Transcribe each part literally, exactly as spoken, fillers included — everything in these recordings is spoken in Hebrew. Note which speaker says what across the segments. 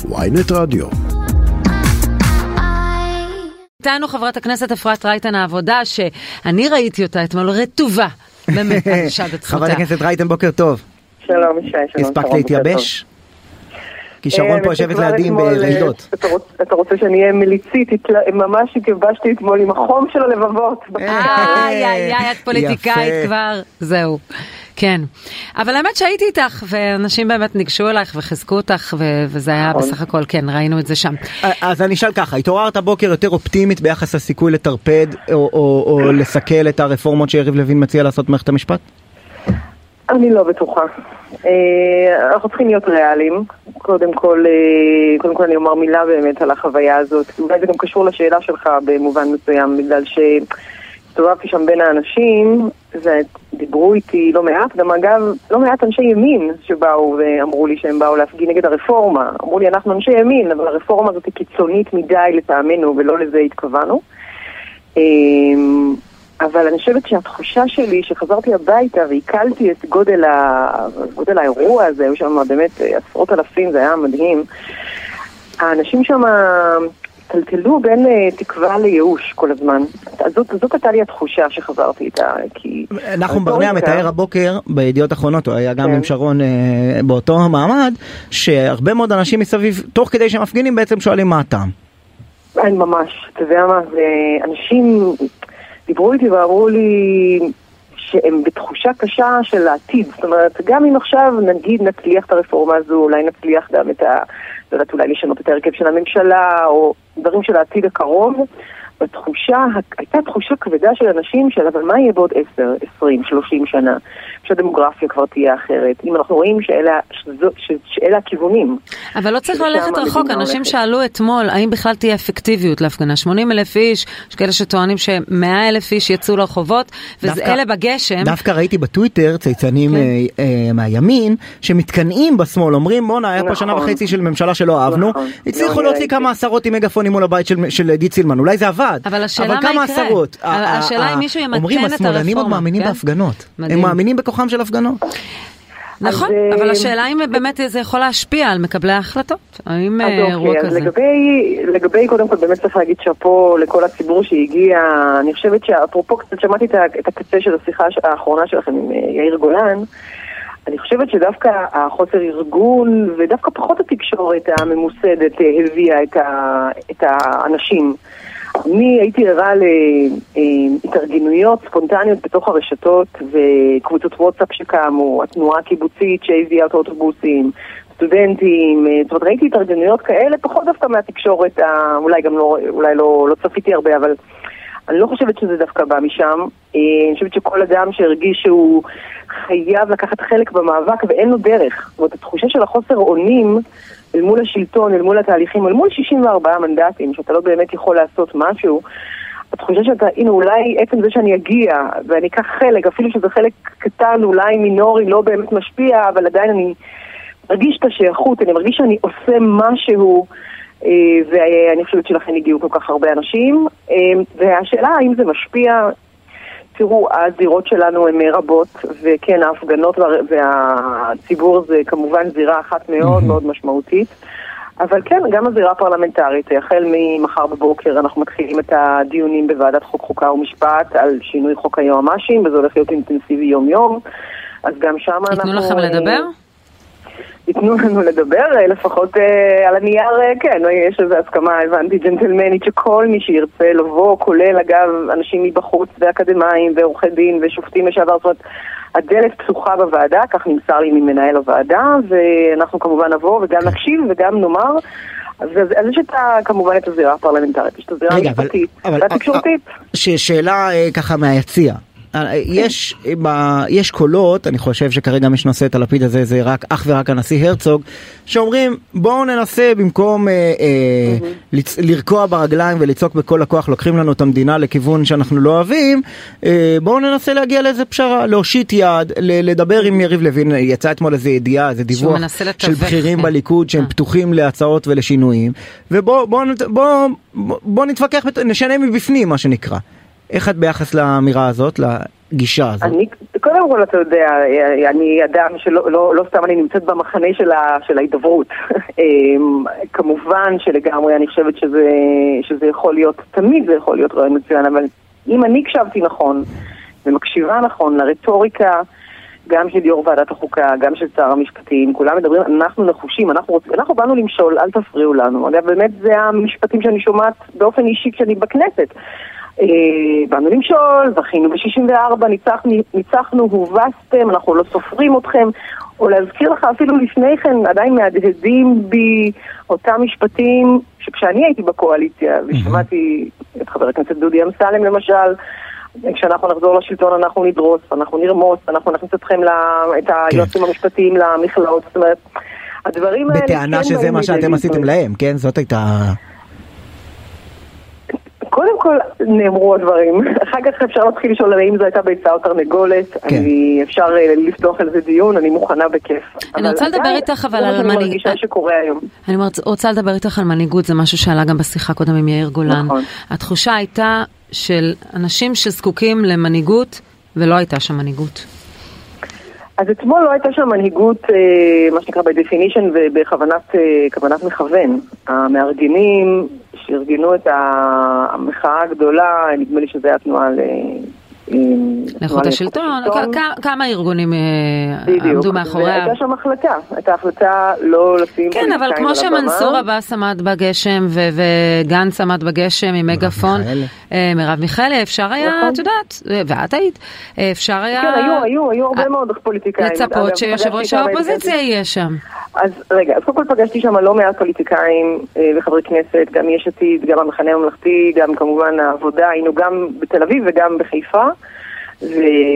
Speaker 1: וויינט רדיו.
Speaker 2: איתנו חברת הכנסת אפרת רייטן העבודה, שאני ראיתי אותה אתמול רטובה, באמת, אנשי דצחותה.
Speaker 3: חברת הכנסת רייטן, בוקר טוב.
Speaker 4: שלום, ישי, שלום.
Speaker 3: הספקת להתייבש? כי שרון פה יושבת לידים ברעידות.
Speaker 4: אתה רוצה שאני אהיה מליצית, ממש התייבשתי אתמול עם החום של הלבבות.
Speaker 2: איי, איי, איי, את פוליטיקאית כבר, זהו. כן, אבל האמת שהייתי איתך, ואנשים באמת ניגשו אלייך וחיזקו אותך, וזה היה בסך הכל, כן, ראינו את זה שם.
Speaker 3: אז אני אשאל ככה, התעוררת הבוקר יותר אופטימית ביחס לסיכוי לטרפד, או לסכל את הרפורמות שיריב לוין מציע לעשות במערכת המשפט?
Speaker 4: אני לא בטוחה. אנחנו צריכים להיות ריאליים. קודם כל, קודם כל אני אומר מילה באמת על החוויה הזאת. אולי זה גם קשור לשאלה שלך במובן מסוים, בגלל שהסתובבתי שם בין האנשים, ודיברו איתי לא מעט, גם אגב, לא מעט אנשי ימין שבאו ואמרו לי שהם באו להפגין נגד הרפורמה. אמרו לי, אנחנו אנשי ימין, אבל הרפורמה הזאת היא קיצונית מדי לטעמנו, ולא לזה התכוונו. אבל אני חושבת שהתחושה שלי שחזרתי הביתה והקלתי את גודל, ה... גודל האירוע הזה, היו שם באמת עשרות אלפים, זה היה מדהים. האנשים שם טלטלו בין תקווה לייאוש כל הזמן. זאת, זאת הייתה לי התחושה שחזרתי איתה. כי
Speaker 3: נחום ברנע מתאר הבוקר בידיעות אחרונות, הוא היה גם כן. עם שרון באותו מעמד, שהרבה מאוד אנשים מסביב, תוך כדי שמפגינים בעצם שואלים מה הטעם.
Speaker 4: אין ממש, אתה יודע מה, זה אנשים דיברו איתי ואמרו לי שהם בתחושה קשה של העתיד. זאת אומרת, גם אם עכשיו נגיד נצליח את הרפורמה הזו, אולי נצליח גם את ה... יודעת, אולי לשנות את ההרכב של הממשלה, או דברים של העתיד הקרוב, בתחושה, הייתה תחושה כבדה של אנשים של, אבל מה יהיה בעוד עשר, עשרים, שלושים שנה? שהדמוגרפיה כבר תהיה אחרת. אם אנחנו רואים שאלה, שזו, שאלה הכיוונים.
Speaker 2: אבל לא צריך ללכת רחוק. אנשים שאלו אתמול, האם בכלל תהיה אפקטיביות להפגנה? שמונים אלף איש, יש כאלה שטוענים שמאה אלף איש יצאו לרחובות, ואלה בגשם.
Speaker 3: דווקא ראיתי בטוויטר צייצנים מהימין, שמתקנאים בשמאל, אומרים, בונה, היה פה שנה וחצי של ממשלה שלא אהבנו, הצליחו להוציא כמה עשרות עם מגפונים מול הבית של עידית סילמן. אולי זה עבד.
Speaker 2: אבל השאלה מה יקרה? השאלה אם מישהו ימתן את הרפורמה.
Speaker 3: אומרים, השמאלנים עוד מאמינים בהפגנות. הם מאמינים בכוחם של הפגנות.
Speaker 2: נכון, אבל השאלה אם באמת זה יכול להשפיע על מקבלי ההחלטות. האם אירוע כזה?
Speaker 4: לגבי, קודם כל, באמת צריך להגיד שפה לכל הציבור שהגיע, אני חושבת שאפרופו קצת שמעתי את הקצה של השיחה האחרונה שלכם עם יאיר גולן, אני חושבת שדווקא החוסר ארגון ודווקא פחות התקשורת הממוסדת הביאה את האנשים. אני הייתי ערה להתארגנויות ספונטניות בתוך הרשתות וקבוצות וואטסאפ שקמו, התנועה הקיבוצית שהביאה את האוטובוסים, סטודנטים, זאת אומרת, ראיתי התארגנויות כאלה, פחות דווקא מהתקשורת, אולי גם לא, אולי לא, לא צפיתי הרבה, אבל אני לא חושבת שזה דווקא בא משם. אני חושבת שכל אדם שהרגיש שהוא חייב לקחת חלק במאבק ואין לו דרך, זאת אומרת, התחושה של החוסר אונים אל מול השלטון, אל מול התהליכים, אל מול שישים וארבעה מנדטים, שאתה לא באמת יכול לעשות משהו, התחושה שאתה, הנה, אולי עצם זה שאני אגיע, ואני אקח חלק, אפילו שזה חלק קטן, אולי מינורי, לא באמת משפיע, אבל עדיין אני מרגיש את השייכות, אני מרגיש שאני עושה משהו, ואני חושבת שלכן הגיעו כל כך הרבה אנשים, והשאלה האם זה משפיע, תראו, הזירות שלנו הן רבות, וכן, ההפגנות והציבור זה כמובן זירה אחת מאוד מאוד משמעותית, אבל כן, גם הזירה הפרלמנטרית, החל ממחר בבוקר אנחנו מתחילים את הדיונים בוועדת חוק חוקה ומשפט על שינוי חוק היועמ"שים, וזה הולך להיות אינטנסיבי יום יום, אז גם שם אנחנו...
Speaker 2: יתנו לכם לדבר?
Speaker 4: יתנו לנו לדבר, לפחות אה, על הנייר, אה, כן, יש איזו הסכמה, הבנתי, ג'נטלמנית, שכל מי שירצה לבוא, כולל אגב אנשים מבחוץ ואקדמיים ועורכי דין ושופטים לשעבר, זאת אומרת, הדלת פתוחה בוועדה, כך נמסר לי ממנהל הוועדה, ואנחנו כמובן נבוא וגם נקשיב וגם נאמר, אז יש את כמובן את הזירה הפרלמנטרית, יש את הזירה המשפטית והתקשורתית.
Speaker 3: שאלה ככה מהיציע. יש, יש קולות, אני חושב שכרגע מי שנושא את הלפיד הזה זה רק אך ורק הנשיא הרצוג, שאומרים בואו ננסה במקום אה, אה, לצ, לרקוע ברגליים ולצעוק בכל הכוח, לוקחים לנו את המדינה לכיוון שאנחנו לא אוהבים, אה, בואו ננסה להגיע לאיזה פשרה, להושיט יד, ל, לדבר עם יריב לוין. יצא אתמול איזה ידיעה, איזה דיווח של בכירים בליכוד שהם פתוחים להצעות ולשינויים, ובואו בוא, בוא, בוא, בוא נתווכח, נשנה מבפנים מה שנקרא. איך את ביחס לאמירה הזאת, הגישה הזאת?
Speaker 4: אני, קודם כל אתה יודע, אני אדם שלא לא, לא סתם אני נמצאת במחנה של, ה, של ההידברות. כמובן שלגמרי אני חושבת שזה, שזה יכול להיות, תמיד זה יכול להיות רעיון מצוין, אבל אם אני הקשבתי נכון ומקשיבה נכון לרטוריקה, גם של יו"ר ועדת החוקה, גם של שר המשפטים, כולם מדברים, אנחנו נחושים, אנחנו, רוצ... אנחנו באנו למשול, אל תפריעו לנו. אגב, באמת זה המשפטים שאני שומעת באופן אישי כשאני בכנסת. אה, באנו למשול, זכינו ב-שישים וארבע, ניצחנו, ניצחנו, הובסתם, אנחנו לא סופרים אתכם, או להזכיר לך אפילו לפני כן, עדיין מהדהדים בי אותם משפטים שכשאני הייתי בקואליציה, ושמעתי את חבר הכנסת דודי אמסלם למשל, כשאנחנו נחזור לשלטון אנחנו נדרוס, אנחנו נרמוס, אנחנו נכניס אתכם, את היועצים המשפטיים למכלאות, זאת אומרת, הדברים האלה...
Speaker 3: בטענה שזה מה שאתם עשיתם להם, כן? זאת הייתה...
Speaker 4: קודם כל נאמרו הדברים, אחר כך אפשר להתחיל לשאול האם זו הייתה ביצה או תרנגולת, אפשר לפתוח על זה דיון, אני מוכנה בכיף.
Speaker 2: אני רוצה לדבר איתך אבל על מנהיגות. אני רוצה לדבר איתך על מנהיגות, זה משהו שעלה גם בשיחה קודם עם יאיר גולן. התחושה הייתה של אנשים שזקוקים למנהיגות ולא הייתה שם מנהיגות.
Speaker 4: אז אתמול לא הייתה שם מנהיגות, מה שנקרא ב-definition ובכוונת מכוון. המארגנים שארגנו את המחאה הגדולה, נדמה לי שזה היה תנועה ל...
Speaker 2: לאיכות השלטון, כמה ארגונים עמדו מאחוריה?
Speaker 4: הייתה שם החלטה, הייתה החלטה לא לשים...
Speaker 2: כן, אבל כמו שמנסור עבאס עמד בגשם וגנץ עמד בגשם עם מגפון, מרב מיכאלי, אפשר היה, את יודעת, ואת היית, אפשר היה...
Speaker 4: כן, היו, היו, היו הרבה מאוד פוליטיקאים.
Speaker 2: לצפות שיושב ראש האופוזיציה יהיה שם.
Speaker 4: אז רגע, אז קודם כל פגשתי שם לא מעט פוליטיקאים וחברי כנסת, גם יש עתיד, גם המחנה הממלכתי, גם כמובן העבודה, היינו גם בתל אביב וגם בחיפה, ו...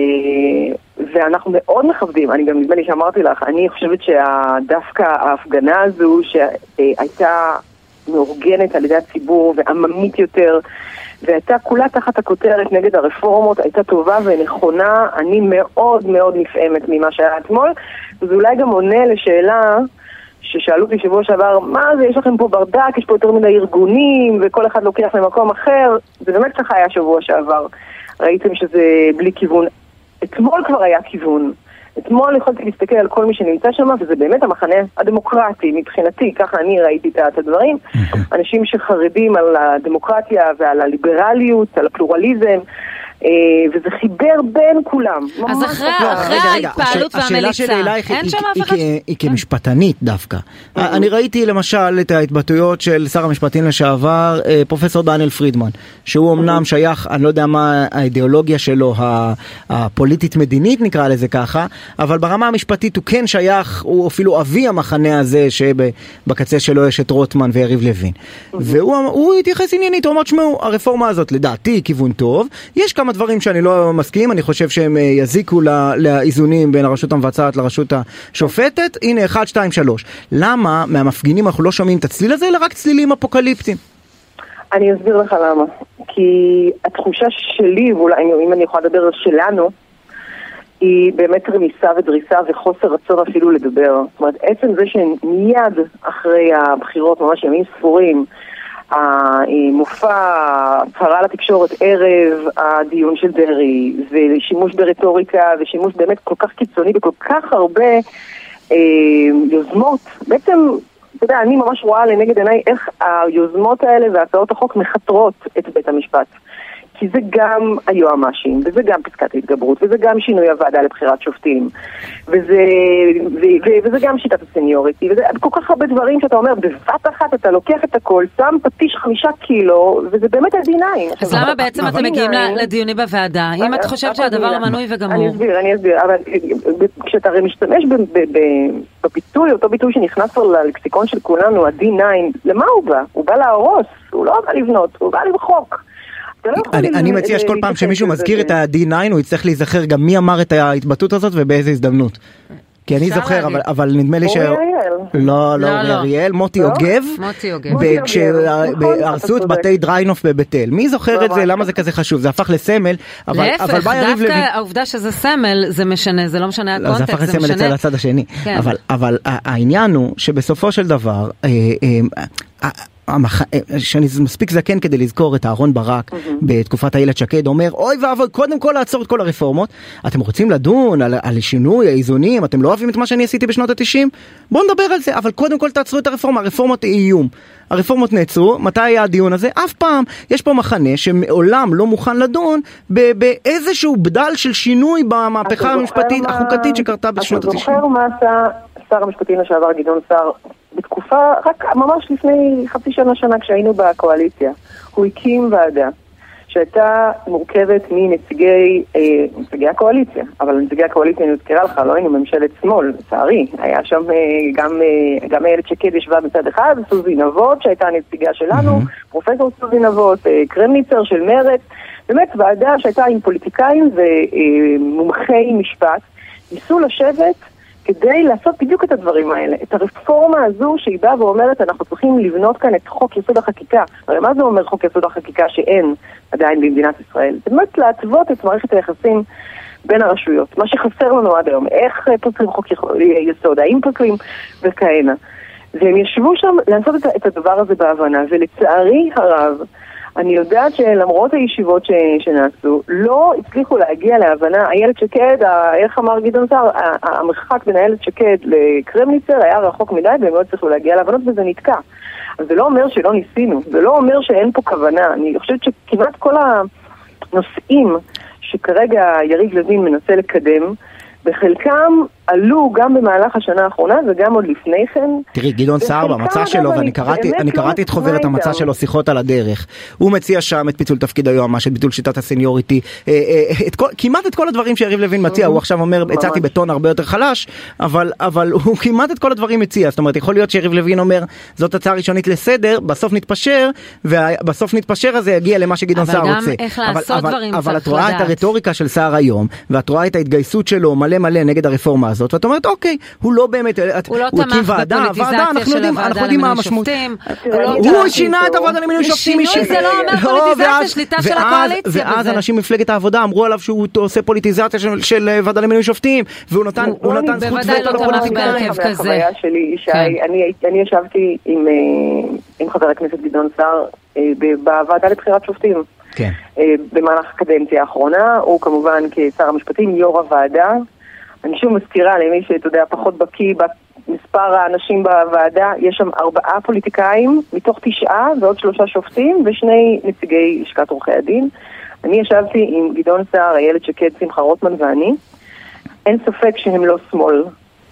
Speaker 4: ואנחנו מאוד מכבדים, אני גם נדמה לי שאמרתי לך, אני חושבת שדווקא ההפגנה הזו שהייתה מאורגנת על ידי הציבור ועממית יותר, והייתה כולה תחת הכותרת נגד הרפורמות, הייתה טובה ונכונה, אני מאוד מאוד נפעמת ממה שהיה אתמול, וזה אולי גם עונה לשאלה ששאלו אותי שבוע שעבר, מה זה, יש לכם פה ברדק, יש פה יותר מדי ארגונים, וכל אחד לוקח למקום אחר, זה באמת ככה היה שבוע שעבר. ראיתם שזה בלי כיוון. אתמול כבר היה כיוון. אתמול יכולתי להסתכל על כל מי שנמצא שם, וזה באמת המחנה הדמוקרטי, מבחינתי, ככה אני ראיתי את הדברים. אנשים שחרדים על הדמוקרטיה ועל הליברליות, על הפלורליזם, וזה חיבר בין כולם.
Speaker 2: אז אחרי ההתפעלות והמליצה, אין שם אף אחד?
Speaker 3: היא כמשפטנית דווקא. אני ראיתי למשל את ההתבטאויות של שר המשפטים לשעבר, פרופסור דניאל פרידמן, שהוא אמנם שייך, אני לא יודע מה האידיאולוגיה שלו, הפוליטית מדינית נקרא לזה ככה, אבל ברמה המשפטית הוא כן שייך, הוא אפילו אבי המחנה הזה שבקצה שלו יש את רוטמן ויריב לוין. והוא התייחס עניינית, הוא אמר, שמעו, הרפורמה הזאת לדעתי כיוון טוב, יש כמה דברים שאני לא מסכים, אני חושב שהם יזיקו לאיזונים בין הרשות המבצעת לרשות השופטת. הנה, אחד, שתיים, שלוש. למה מהמפגינים אנחנו לא שומעים את הצליל הזה, אלא רק צלילים אפוקליפטיים?
Speaker 4: אני אסביר לך למה. כי התחושה שלי, ואולי אם אני יכולה לדבר שלנו, היא באמת רמיסה ודריסה וחוסר רצון אפילו לדבר. זאת אומרת, עצם זה שמיד אחרי הבחירות, ממש ימים ספורים, המופע, הצהרה לתקשורת ערב, הדיון של דרי, ושימוש ברטוריקה, ושימוש באמת כל כך קיצוני, וכל כך הרבה אה, יוזמות. בעצם, אתה יודע, אני ממש רואה לנגד עיניי איך היוזמות האלה והצעות החוק מחתרות את בית המשפט. כי זה גם היועמ"שים, וזה גם פסקת ההתגברות, וזה גם שינוי הוועדה לבחירת שופטים, וזה, ו, ו, וזה גם שיטת הסניוריטי, וזה כל כך הרבה דברים שאתה אומר, בבת אחת אתה לוקח את הכל, שם פטיש חמישה קילו, וזה באמת הדיניים.
Speaker 2: אז למה בעצם אתם מגיעים לדיונים בוועדה? אם את חושבת שהדבר המנוי וגמור.
Speaker 4: אני אסביר, אני אסביר, אבל כשאתה הרי משתמש בביטוי, אותו ביטוי שנכנס ללקסיקון של כולנו, ה-די ניין, למה הוא בא? הוא בא להרוס, הוא לא בא לבנות, הוא בא למחוק.
Speaker 3: אני מציע שכל פעם שמישהו מזכיר את ה-די ניין הוא יצטרך להיזכר גם מי אמר את ההתבטאות הזאת ובאיזה הזדמנות. כי אני זוכר, אבל נדמה לי ש...
Speaker 4: אורי אריאל.
Speaker 3: לא, לא אורי אריאל, מוטי אוגב.
Speaker 2: מוטי אוגב.
Speaker 3: כשהרסו את בתי דריינוף בבית אל. מי זוכר את זה? למה זה כזה חשוב? זה הפך לסמל.
Speaker 2: להפך, דווקא העובדה שזה סמל זה משנה, זה לא משנה הקונטקסט.
Speaker 3: זה הפך לסמל אצל הצד השני. אבל העניין הוא שבסופו של דבר... שאני מספיק זקן כדי לזכור את אהרון ברק בתקופת איילת שקד, אומר, אוי ואבוי, קודם כל לעצור את כל הרפורמות, אתם רוצים לדון על, על שינוי האיזונים, אתם לא אוהבים את מה שאני עשיתי בשנות ה-תשעים, בואו נדבר על זה, אבל קודם כל תעצרו את הרפורמה, הרפורמות איום, הרפורמות נעצרו, מתי היה הדיון הזה? אף פעם, יש פה מחנה שמעולם לא מוכן לדון באיזשהו בדל של שינוי במהפכה המשפטית החוקתית שקרתה בשנות ה-תשעים.
Speaker 4: אתה זוכר מה עשה שר המשפטים לשעבר גדעון סער בתקופה, רק ממש לפני חצי שנה שנה כשהיינו בקואליציה, הוא הקים ועדה שהייתה מורכבת מנציגי אה, נציגי הקואליציה, אבל נציגי הקואליציה אני מזכירה לך, לא היינו ממשלת שמאל, לצערי, היה שם אה, גם, אה, גם איילת שקד ישבה בצד אחד, סוזי נבות שהייתה הנציגה שלנו, mm-hmm. פרופסור סוזי נבות, אה, קרמניצר של מרצ, באמת ועדה שהייתה עם פוליטיקאים ומומחי משפט, ניסו לשבת כדי לעשות בדיוק את הדברים האלה, את הרפורמה הזו שהיא באה ואומרת אנחנו צריכים לבנות כאן את חוק יסוד החקיקה. הרי מה זה אומר חוק יסוד החקיקה שאין עדיין במדינת ישראל? זה באמת להתוות את מערכת היחסים בין הרשויות, מה שחסר לנו עד היום, איך פותרים חוק יסוד, האם פותרים וכהנה. והם ישבו שם לעשות את הדבר הזה בהבנה, ולצערי הרב, אני יודעת שלמרות הישיבות ש... שנעשו, לא הצליחו להגיע להבנה. איילת שקד, איך אמר גדעון סער, המרחק בין איילת שקד לקרמניצר היה רחוק מדי, והם לא הצליחו להגיע להבנות וזה נתקע. אז זה לא אומר שלא ניסינו, זה לא אומר שאין פה כוונה. אני חושבת שכמעט כל הנושאים שכרגע יריב לוין מנסה לקדם, בחלקם עלו גם במהלך השנה האחרונה וגם עוד לפני כן.
Speaker 3: תראי, גדעון סער במצע שלו, ואני קראתי, אני קראתי את חוברת המצע שלו, שיחות על הדרך. הוא מציע שם את פיצול תפקיד היועמ"ש, את ביטול שיטת הסניוריטי, את כל, כמעט את כל הדברים שיריב לוין מציע. הוא עכשיו אומר, הצעתי בטון הרבה יותר חלש, אבל, אבל הוא כמעט את כל הדברים מציע. זאת אומרת, יכול להיות שיריב לוין אומר, זאת הצעה ראשונית לסדר, בסוף נתפשר, ובסוף נתפשר הזה יגיע למה שגדעון סער רוצה. אבל את רואה את הרטוריקה של סער היום, ואת רואה את ההתגייסות שלו מלא מלא נגד הרפורמה הזאת, ואת אומרת, אוקיי, הוא לא באמת,
Speaker 2: הוא לא תמך בפוליטיזציה של הוועדה למינוי שופטים,
Speaker 3: הוא שינה את הוועדה למינוי שופטים,
Speaker 2: שינוי זה לא אומר פוליטיזציה, שליטה של הקואליציה.
Speaker 3: ואז אנשים מפלגת העבודה אמרו עליו שהוא עושה פוליטיזציה של ועדה למינוי שופטים, והוא נתן זכות וטו לפוליטיקאים.
Speaker 4: אני ישבתי עם חבר הכנסת גדעון סער בוועדה לבחירת שופטים, במהלך הקדנציה האחרונה, הוא כמובן כשר המשפטים, יו"ר הוועדה. אני שוב מזכירה למי שאתה יודע פחות בקיא במספר האנשים בוועדה, יש שם ארבעה פוליטיקאים מתוך תשעה ועוד שלושה שופטים ושני נציגי לשכת עורכי הדין. אני ישבתי עם גדעון סער, איילת שקד, שמחה רוטמן ואני. אין ספק שהם לא שמאל.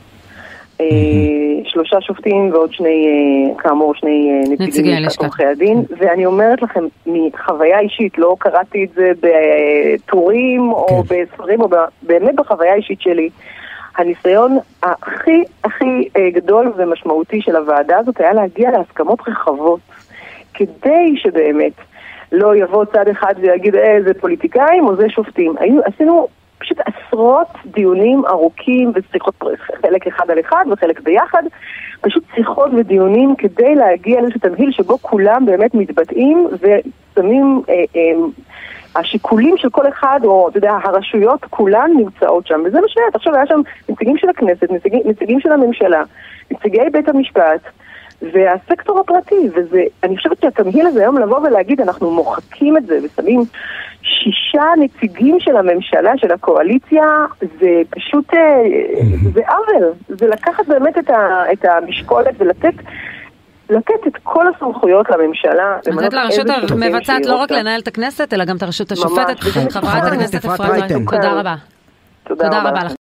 Speaker 4: שלושה שופטים ועוד שני, כאמור, שני נציגי לשכת עורכי הדין, ואני אומרת לכם, מחוויה אישית, לא קראתי את זה בטורים או בספרים, או באמת בחוויה אישית שלי, הניסיון הכי הכי גדול ומשמעותי של הוועדה הזאת היה להגיע להסכמות רחבות, כדי שבאמת לא יבוא צד אחד ויגיד, אה, זה פוליטיקאים או זה שופטים. עשינו פשוט עשרות דיונים ארוכים ושיחות, חלק אחד על אחד וחלק ביחד, פשוט שיחות ודיונים כדי להגיע לאיזשהו תמהיל שבו כולם באמת מתבטאים ושמים אה, אה, השיקולים של כל אחד, או אתה יודע, הרשויות כולן נמצאות שם, וזה מה שהיה. עכשיו היה שם נציגים של הכנסת, נציגים, נציגים של הממשלה, נציגי בית המשפט, והסקטור הפרטי, וזה, אני חושבת שהתמהיל הזה היום לבוא ולהגיד, אנחנו מוחקים את זה ושמים שישה נציגים של הממשלה, של הקואליציה, זה פשוט, זה עוול, זה לקחת באמת את, ה, את המשקולת ולתת לתת את כל הסמכויות לממשלה.
Speaker 2: לתת לרשות המבצעת לא רק לנהל את הכנסת, אלא גם את הרשות השופטת. חברת הכנסת אפרת רייטן, תודה רבה.
Speaker 4: תודה רבה.